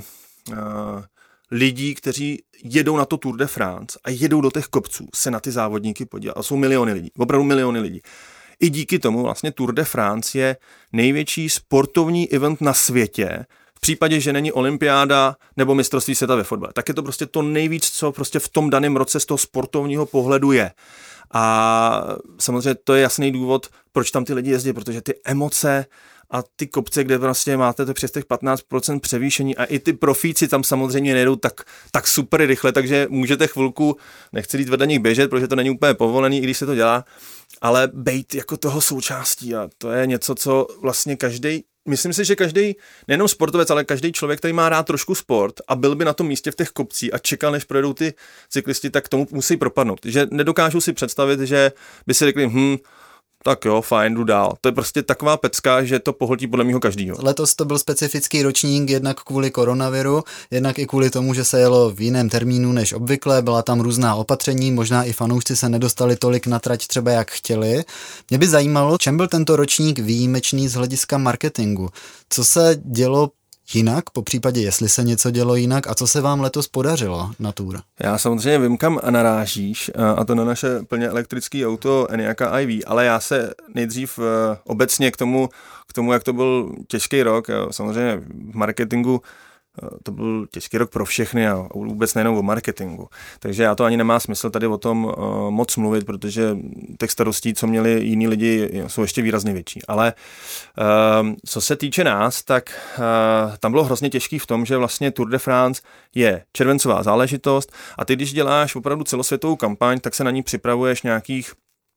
lidí, kteří jedou na to Tour de France a jedou do těch kopců se na ty závodníky podívat. A jsou miliony lidí, opravdu miliony lidí. I díky tomu vlastně Tour de France je největší sportovní event na světě, v případě, že není olympiáda nebo mistrovství světa ve fotbale. Tak je to prostě to nejvíc, co prostě v tom daném roce z toho sportovního pohledu je. A samozřejmě to je jasný důvod, proč tam ty lidi jezdí, protože ty emoce a ty kopce, kde vlastně máte to přes těch 15% převýšení a i ty profíci tam samozřejmě nejdou tak super rychle, takže můžete chvilku, nechci jít vedle nich běžet, protože to není úplně povolený, i když se to dělá, ale bejt jako toho součástí a to je něco, co vlastně myslím si, že každý, nejenom sportovec, ale každý člověk, který má rád trošku sport a byl by na tom místě v těch kopcích a čekal, než projedou ty cyklisti, tak tomu musí propadnout. Že nedokážu si představit, že by si řekli, tak jo, fajn, jdu dál. To je prostě taková pecka, že to pohltí podle mého každýho.
Letos to byl specifický ročník jednak kvůli koronaviru, jednak i kvůli tomu, že se jelo v jiném termínu než obvykle, byla tam různá opatření, možná i fanoušci se nedostali tolik na trať třeba jak chtěli. Mě by zajímalo, čem byl tento ročník výjimečný z hlediska marketingu. Co se dělo jinak, po případě jestli se něco dělo jinak a co se vám letos podařilo na Tour?
Já samozřejmě vím, kam narážíš a to na naše plně elektrické auto Enyaq iV, ale já se nejdřív obecně k tomu, jak to byl těžký rok, samozřejmě v marketingu to byl těžký rok pro všechny a vůbec nejenom o marketingu. Takže já to ani nemá smysl tady o tom moc mluvit, protože těch starostí, co měli jiní lidi, jsou ještě výrazně větší. Ale co se týče nás, tak tam bylo hrozně těžký v tom, že vlastně Tour de France je červencová záležitost a ty, když děláš opravdu celosvětovou kampaň, tak se na ní připravuješ nějakých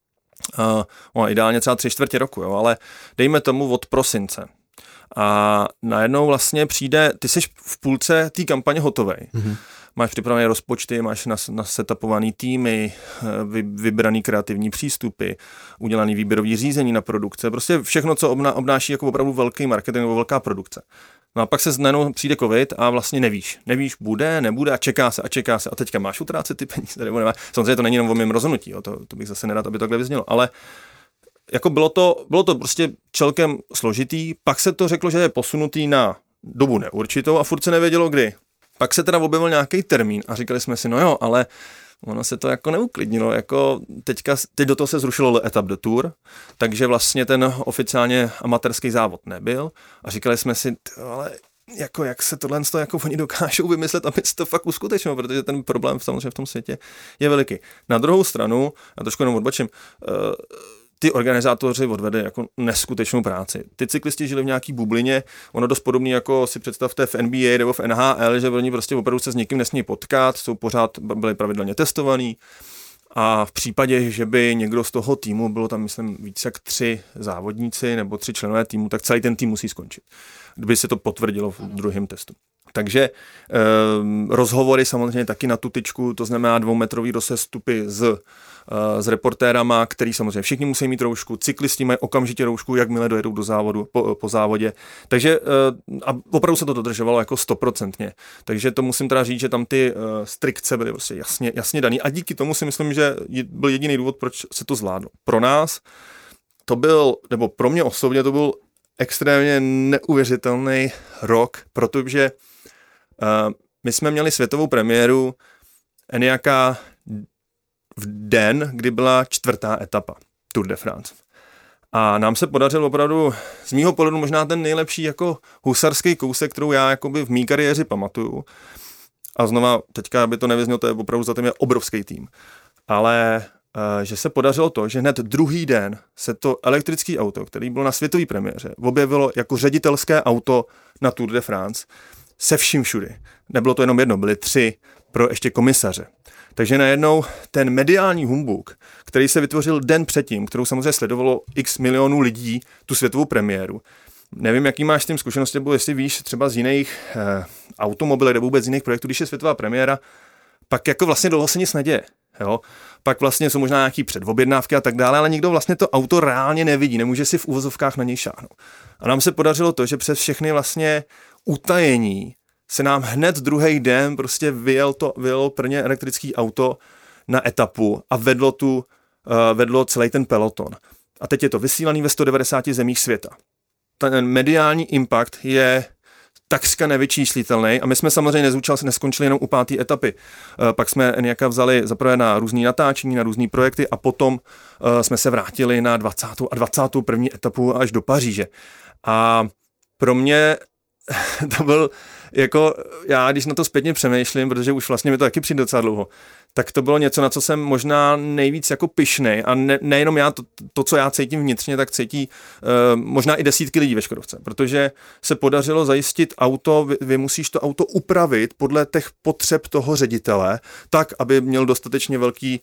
ideálně třeba 3/4 roku, jo, ale dejme tomu od prosince. A najednou vlastně ty jsi v půlce té kampaně hotovej. Mm-hmm. Máš připravené rozpočty, máš nasetapovaný týmy, vybraný kreativní přístupy, udělaný výběrový řízení na produkce, prostě všechno, co obnáší jako opravdu velký marketing nebo velká produkce. No a pak se najednou přijde covid a vlastně nevíš, bude, nebude a čeká se a teďka máš utrácet ty peníze, nebo nemá. Samozřejmě to není jenom o mém rozhodnutí, to bych zase nerad, aby to takhle vyznělo, ale jako bylo to prostě celkem složitý, pak se to řeklo, že je posunutý na dobu neurčitou a furt se nevědělo kdy. Pak se teda objevil nějaký termín a říkali jsme si, no jo, ale ono se to jako neuklidnilo, jako teď do toho se zrušilo Etap de Tour, takže vlastně ten oficiálně amatérský závod nebyl a říkali jsme si, ale jako jak se tohle jako oni dokážou vymyslet, aby se to fakt uskutečnilo, protože ten problém samozřejmě v tom světě je veliký. Na druhou stranu, já trošku jenom odbočím, ty organizátoři odvedli jako neskutečnou práci. Ty cyklisti žili v nějaký bublině, ono dost podobný jako si představte v NBA nebo v NHL, že oni prostě opravdu se s někým nesmí potkat, byli pravidelně testovaný a v případě, že by někdo z toho týmu, bylo tam myslím víc jak 3 závodníci nebo 3 členové týmu, tak celý ten tým musí skončit, kdyby se to potvrdilo v druhém testu. Takže rozhovory samozřejmě taky na tu tyčku, to znamená 2metrový rozestupy s reportérama, který samozřejmě všichni musí mít roušku, cyklisti mají okamžitě roušku, jakmile dojedou do závodu, po závodě. Takže a opravdu se to dodržovalo jako 100%. Takže to musím teda říct, že tam ty strikce byly prostě jasně daný a díky tomu si myslím, že byl jediný důvod, proč se to zvládlo. Pro nás to byl, nebo pro mě osobně to byl extrémně neuvěřitelný rok, protože my jsme měli světovou premiéru Enyaqua v den, kdy byla 4. etapa Tour de France. A nám se podařil opravdu, z mýho pohledu možná ten nejlepší jako husarský kousek, kterou já jakoby v mý kariéře pamatuju. A znova, teďka, aby to nevyznělo, to je opravdu za tím je obrovský tým. Ale že se podařilo to, že hned druhý den se to elektrické auto, který bylo na světové premiéře, objevilo jako ředitelské auto na Tour de France se vším všudy. Nebylo to jenom jedno, byly 3 pro ještě komisaře. Takže najednou ten mediální humbuk, který se vytvořil den předtím, kterou samozřejmě sledovalo x milionů lidí, tu světovou premiéru. Nevím, jaký máš s tím zkušenosti, nebo jestli víš třeba z jiných automobilek nebo vůbec z jiných projektů, když je světová premiéra, pak jako vlastně dlouho se nic neděje. Jo? Pak vlastně jsou možná nějaký předobjednávky a tak dále, ale nikdo vlastně to auto reálně nevidí, nemůže si v uvozovkách na něj šáhnout. A nám se podařilo to, že přes všechny vlastně utajení se nám hned druhý den prostě vyjelo prvně elektrický auto na etapu a vedlo celý ten peloton. A teď je to vysílaný ve 190 zemích světa. Ten mediální impact je takřka nevyčíslitelný a my jsme samozřejmě neskončili jenom u 5. etapy. Pak jsme Enyaqua vzali zaprvé na různý natáčení, na různý projekty a potom jsme se vrátili na 20. a 21. etapu až do Paříže. A pro mě to byl jako, já když na to zpětně přemýšlím, protože už vlastně mi to taky přijde docela dlouho, tak to bylo něco, na co jsem možná nejvíc jako pyšnej a nejenom já, to, co já cítím vnitřně, tak cítí možná i desítky lidí ve Škodovce, protože se podařilo zajistit auto, vy musíš to auto upravit podle těch potřeb toho ředitele, tak, aby měl dostatečně velký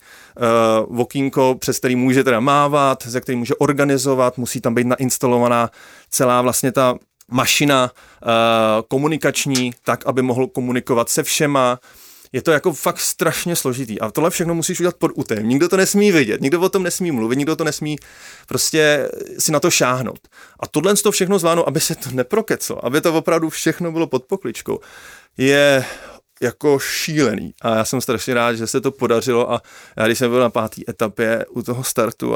okýnko, přes který může teda mávat, ze který může organizovat, musí tam být nainstalovaná celá vlastně ta mašina komunikační, tak, aby mohl komunikovat se všema. Je to jako fakt strašně složitý. A tohle všechno musíš udělat pod útem. Nikdo to nesmí vidět, nikdo o tom nesmí mluvit, nikdo to nesmí prostě si na to šáhnout. A tohle to všechno zvládnout, aby se to neprokeclo, aby to opravdu všechno bylo pod pokličkou, je jako šílený. A já jsem strašně rád, že se to podařilo a já když jsem byl na 5. etapě u toho startu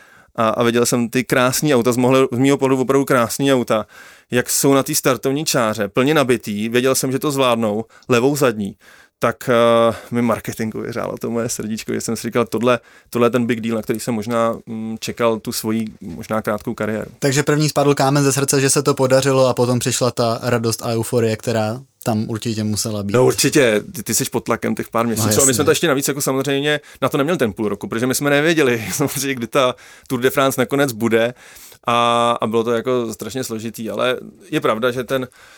a viděl jsem ty krásný auta, z mýho pohledu opravdu krásný auta, jak jsou na té startovní čáře, plně nabitý, věděl jsem, že to zvládnou, levou zadní, tak mi marketingu vyřálo to moje srdíčko, že jsem si říkal, tohle je ten big deal, na který jsem možná čekal tu svoji možná krátkou kariéru.
Takže první spadl kámen ze srdce, že se to podařilo a potom přišla ta radost a euforie, která tam určitě musela být.
No určitě, ty jsi pod tlakem těch pár měsíců. No, a my jsme to ještě navíc jako samozřejmě na to neměli ten půl roku, protože my jsme nevěděli samozřejmě, kdy ta Tour de France nakonec bude a bylo to jako strašně složitý, ale je pravda, že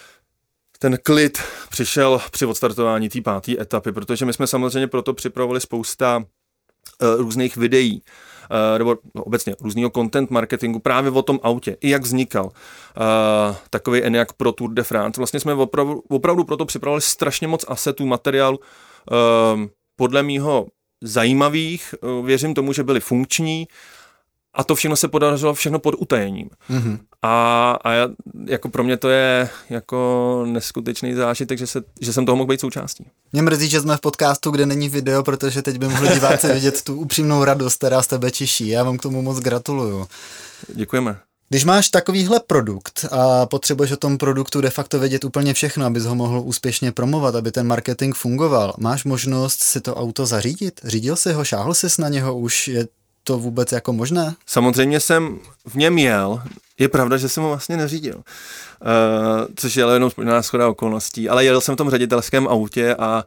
ten klid přišel při odstartování té 5. etapy, protože my jsme samozřejmě proto připravovali spousta různých videí, nebo obecně různého content marketingu právě o tom autě, i jak vznikal takový Enyaq pro Tour de France. Vlastně jsme opravdu proto připravovali strašně moc asetů, materiálu, podle mýho zajímavých, věřím tomu, že byly funkční, a to všechno se podařilo všechno pod utajením. Mm-hmm. A jako pro mě to je jako neskutečný zážitek, že jsem toho mohl být součástí.
Mě mrzí, že jsme v podcastu, kde není video, protože teď by mohli diváci vidět tu upřímnou radost, která z tebe čiší. Já vám k tomu moc gratuluju.
Děkujeme.
Když máš takovýhle produkt a potřebuješ o tom produktu de facto vědět úplně všechno, abys ho mohl úspěšně promovat, aby ten marketing fungoval, máš možnost si to auto zařídit? Řídil jsi ho, šáhl jsi na něho už? Je to vůbec jako možné?
Samozřejmě jsem v něm jel. Je pravda, že jsem ho vlastně neřídil. Což je jenom shoda okolností. Ale jel jsem v tom ředitelském autě a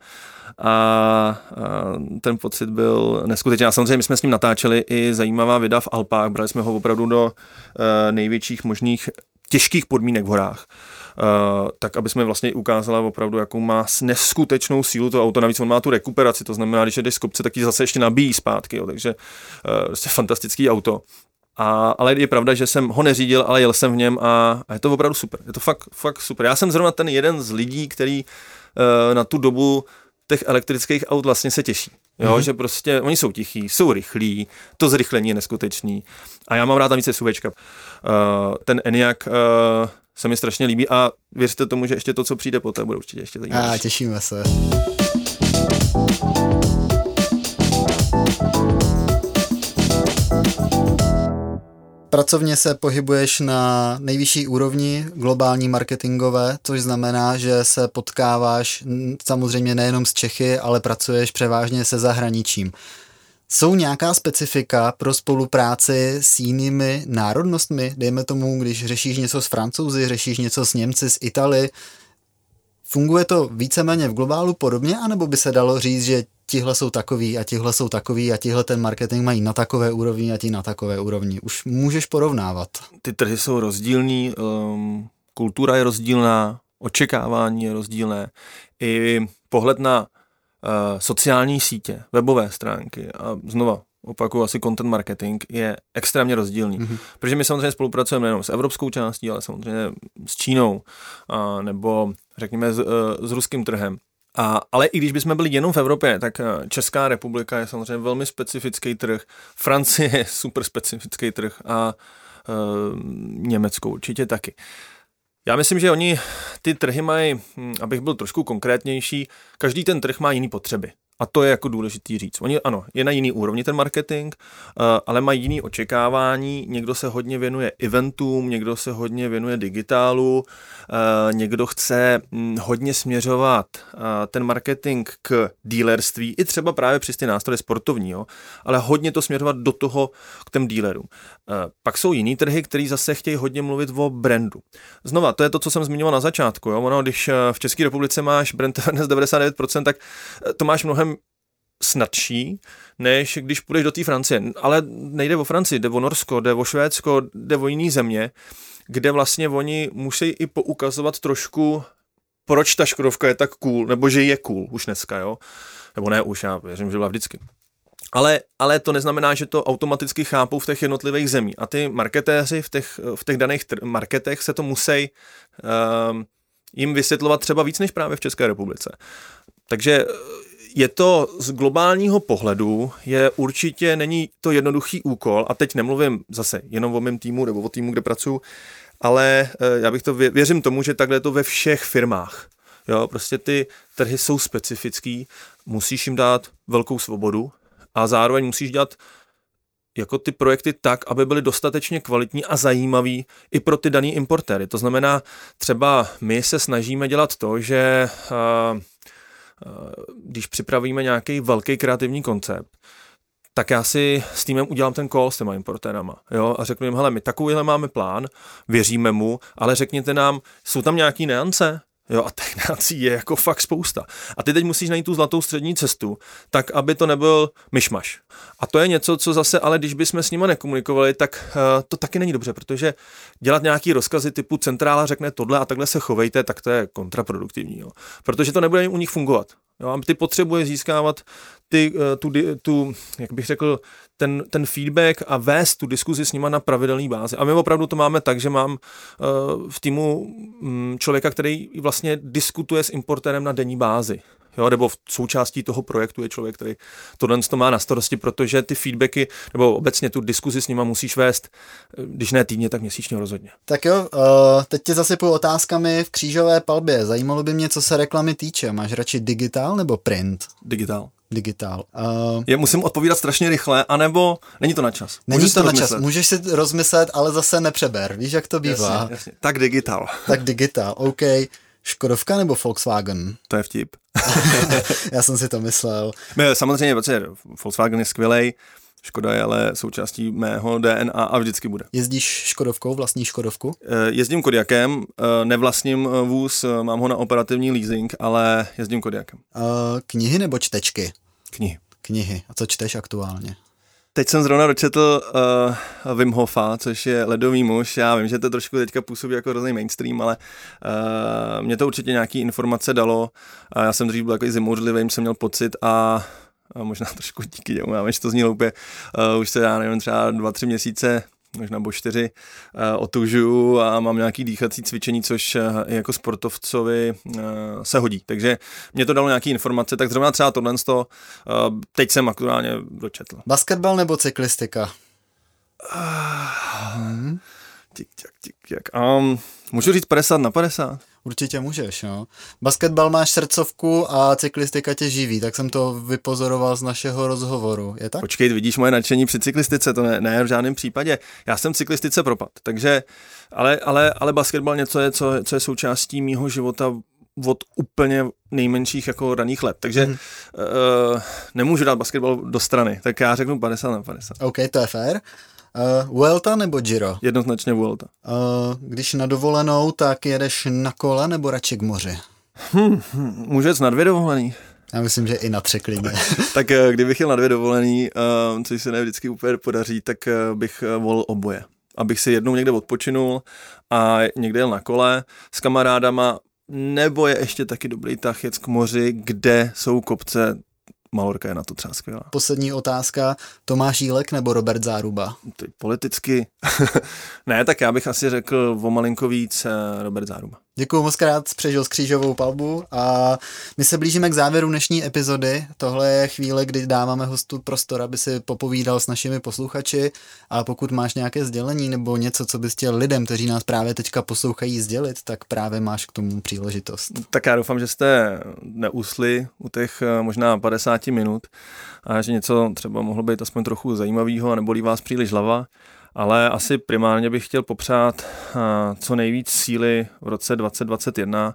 ten pocit byl neskutečný. A samozřejmě my jsme s ním natáčeli i zajímavá videa v Alpách. Brali jsme ho opravdu do největších možných těžkých podmínek v horách. Tak, aby jsme vlastně ukázala opravdu, jakou má neskutečnou sílu to auto. Navíc on má tu rekuperaci, to znamená, když jdeš z kopce, tak ji zase ještě nabíjí zpátky. Jo. Takže prostě fantastický auto. Ale je pravda, že jsem ho neřídil, ale jel jsem v něm a je to opravdu super. Je to fakt super. Já jsem zrovna ten jeden z lidí, který na tu dobu těch elektrických aut vlastně se těší. Jo, že prostě oni jsou tichý, jsou rychlí, to zrychlení je neskutečný. A já mám rád navíc SUVčka. Ten Enyaq se mi strašně líbí a věřte tomu, že ještě to, co přijde poté, bude určitě ještě zajímavé.
Těšíme se. pracovně se pohybuješ na nejvyšší úrovni globální marketingové, což znamená, že se potkáváš samozřejmě nejenom s Čechy, ale pracuješ převážně se zahraničím. Jsou nějaká specifika pro spolupráci s jinými národnostmi? Dejme tomu, když řešíš něco s Francouzi, řešíš něco s Němci, s Italy. Funguje to víceméně v globálu podobně, anebo by se dalo říct, že tihle jsou takový a tihle jsou takový a tihle ten marketing mají na takové úrovni a ti na takové úrovni? Už můžeš porovnávat.
Ty trhy jsou rozdílný, kultura je rozdílná, očekávání je rozdílné. I pohled na sociální sítě, webové stránky a znova opakuju, asi content marketing je extrémně rozdílný. Protože my samozřejmě spolupracujeme nejenom s evropskou částí, ale samozřejmě s Čínou nebo řekněme s ruským trhem. Ale i když bychom byli jenom v Evropě, tak Česká republika je samozřejmě velmi specifický trh, Francie je super specifický trh a Německo určitě taky. Já myslím, že oni ty trhy mají, abych byl trošku konkrétnější, každý ten trh má jiný potřeby. A to je jako důležitý říct. Oni, ano, je na jiný úrovni ten marketing, ale mají jiný očekávání. Někdo se hodně věnuje eventům, někdo se hodně věnuje digitálu, někdo chce hodně směřovat ten marketing k dealerství, i třeba právě přes ty nástroje sportovního, ale hodně to směřovat do toho k těm dealerům. Pak jsou jiný trhy, který zase chtějí hodně mluvit o brandu. Znova, to je to, co jsem zmiňoval na začátku. Jo? Ono, když v České republice máš brand awareness 99%, tak to máš mnohem snadší, než když půjdeš do té Francie. Ale nejde o Francii, jde o Norsko, jde o Švédsko, jde o jiný země, kde vlastně oni musí i poukazovat trošku, proč ta Škodovka je tak cool, nebo že je cool už dneska, jo? Nebo ne už, já věřím, že byla vždycky. Ale to neznamená, že to automaticky chápou v těch jednotlivých zemích. A ty marketéři v těch daných marketech se to musí jim vysvětlovat třeba víc než právě v České republice. Takže je to z globálního pohledu, určitě není to jednoduchý úkol, a teď nemluvím zase jenom o mém týmu nebo o týmu, kde pracuji, ale já bych to věřím tomu, že takhle je to ve všech firmách. Jo, prostě ty trhy jsou specifický, musíš jim dát velkou svobodu a zároveň musíš dělat jako ty projekty tak, aby byly dostatečně kvalitní a zajímavý i pro ty daný importéry. To znamená, třeba my se snažíme dělat to, že když připravíme nějaký velký kreativní koncept, tak já si s týmem udělám ten call s těma importérama, jo, a řeknu jim, hele, my takovýhle máme plán, věříme mu, ale řekněte nám, jsou tam nějaký nuance? Jo, a těch nuancí je jako fakt spousta. A ty teď musíš najít tu zlatou střední cestu, tak, aby to nebyl myšmaš. A to je něco, co zase, ale když bychom s nima nekomunikovali, tak to taky není dobře, protože dělat nějaký rozkazy typu centrála řekne tohle a takhle se chovejte, tak to je kontraproduktivní, jo. Protože to nebude u nich fungovat. Jo, a ty potřebuje získávat tu, jak bych řekl, ten feedback a vést tu diskuzi s nima na pravidelné bázi. A my opravdu to máme tak, že mám v týmu člověka, který vlastně diskutuje s importérem na denní bázi. Jo, nebo v součástí toho projektu je člověk, který tohle to má na starosti, protože ty feedbacky, nebo obecně tu diskuzi s nima musíš vést, když ne týdně, tak měsíčně rozhodně. Tak jo, teď tě zasypuju otázkami v křížové palbě. Zajímalo by mě, co se reklamy týče. Máš radši digitál nebo print? Digitál. Musím odpovídat strašně rychle, anebo není to na čas? Není to na čas, můžeš si rozmyslet, ale zase nepřeber. Víš, jak to bývá? Jasně. Tak digitál, OK. Škodovka nebo Volkswagen? To je vtip. Já jsem si to myslel. Samozřejmě, protože Volkswagen je skvělej, Škoda je ale součástí mého DNA a vždycky bude. Jezdíš Škodovkou, vlastní Škodovku? Jezdím Kodiaqem, nevlastním vůz, mám ho na operativní leasing, ale jezdím Kodiaqem. Knihy nebo čtečky? Knihy. A co čteš aktuálně? Teď jsem zrovna dočetl Wim Hofa, což je ledový muž. Já vím, že to trošku teďka působí jako hrozný mainstream, ale mě to určitě nějaký informace dalo. Já jsem dřív byl takový zimouřlivý, jsem měl pocit a možná trošku díky němu, já vím, že to zní hloupě. Už se, já nevím, třeba 2-3 měsíce, možná nebo 4, otužuju a mám nějaký dýchací cvičení, což jako sportovcovi se hodí. Takže mě to dalo nějaký informace, tak zrovna třeba tohle teď jsem aktuálně dočetl. Basketbal nebo cyklistika? Můžu říct 50/50?
Určitě můžeš, no. Basketbal máš srdcovku a cyklistika tě živí, tak jsem to vypozoroval z našeho rozhovoru, je tak?
Počkej, vidíš moje nadšení při cyklistice, to ne v žádném případě. Já jsem cyklistice propad, takže, ale basketbal něco je, co je součástí mýho života od úplně nejmenších jako raných let, takže nemůžu dát basketbal do strany, tak já řeknu 50/50.
OK, to je fér. Vuelta nebo Giro?
Jednoznačně Vuelta.
Když na dovolenou, tak jedeš na kole nebo radši k moři?
Můžu jít na 2 dovolený.
Já myslím, že i na 3 klidně.
Tak kdybych jel na 2 dovolený, což se ne vždycky úplně podaří, tak bych volil oboje. Abych si jednou někde odpočinul a někde jel na kole s kamarádama, nebo je ještě taky dobrý tah jet k moři, kde jsou kopce. Malorka je na to třeba skvělá.
Poslední otázka, Tomáš Jílek nebo Robert Záruba?
Ty politicky. Ne, tak já bych asi řekl o malinko víc Robert Záruba.
Děkuju moc krát, přežil z křížovou palbu a my se blížíme k závěru dnešní epizody. Tohle je chvíle, kdy dáváme hostu prostor, aby si popovídal s našimi posluchači, a pokud máš nějaké sdělení nebo něco, co bys chtěl lidem, kteří nás právě teďka poslouchají, sdělit, tak právě máš k tomu příležitost.
Tak já doufám, že jste neusli u těch možná 50 minut a že něco třeba mohlo být aspoň trochu zajímavého a nebolí vás příliš hlava. Ale asi primárně bych chtěl popřát co nejvíc síly v roce 2021.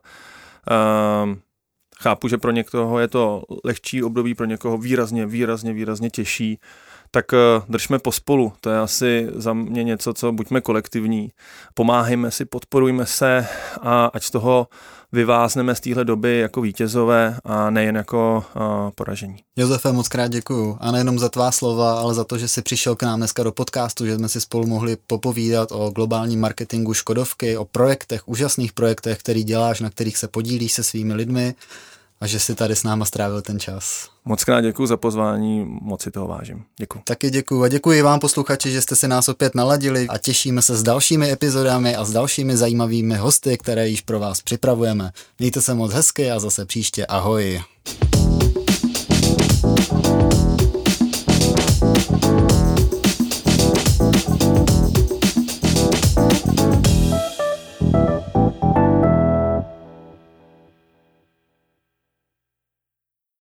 Chápu, že pro někoho je to lehčí období, pro někoho výrazně těžší. Tak držme pospolu, to je asi za mě něco, co buďme kolektivní. Pomáhejme si, podporujme se a ať z toho vyvázneme z téhle doby jako vítězové a nejen jako poražení.
Josefe, moc krát děkuju. A nejenom za tvá slova, ale za to, že jsi přišel k nám dneska do podcastu, že jsme si spolu mohli popovídat o globálním marketingu Škodovky, o projektech, úžasných projektech, který děláš, na kterých se podílíš se svými lidmi, a že jsi tady s náma strávil ten čas.
Moc krát děkuji za pozvání, moc si toho vážím. Děkuji.
Taky děkuji a děkuji vám, posluchači, že jste si nás opět naladili a těšíme se s dalšími epizodami a s dalšími zajímavými hosty, které již pro vás připravujeme. Mějte se moc hezky a zase příště ahoj.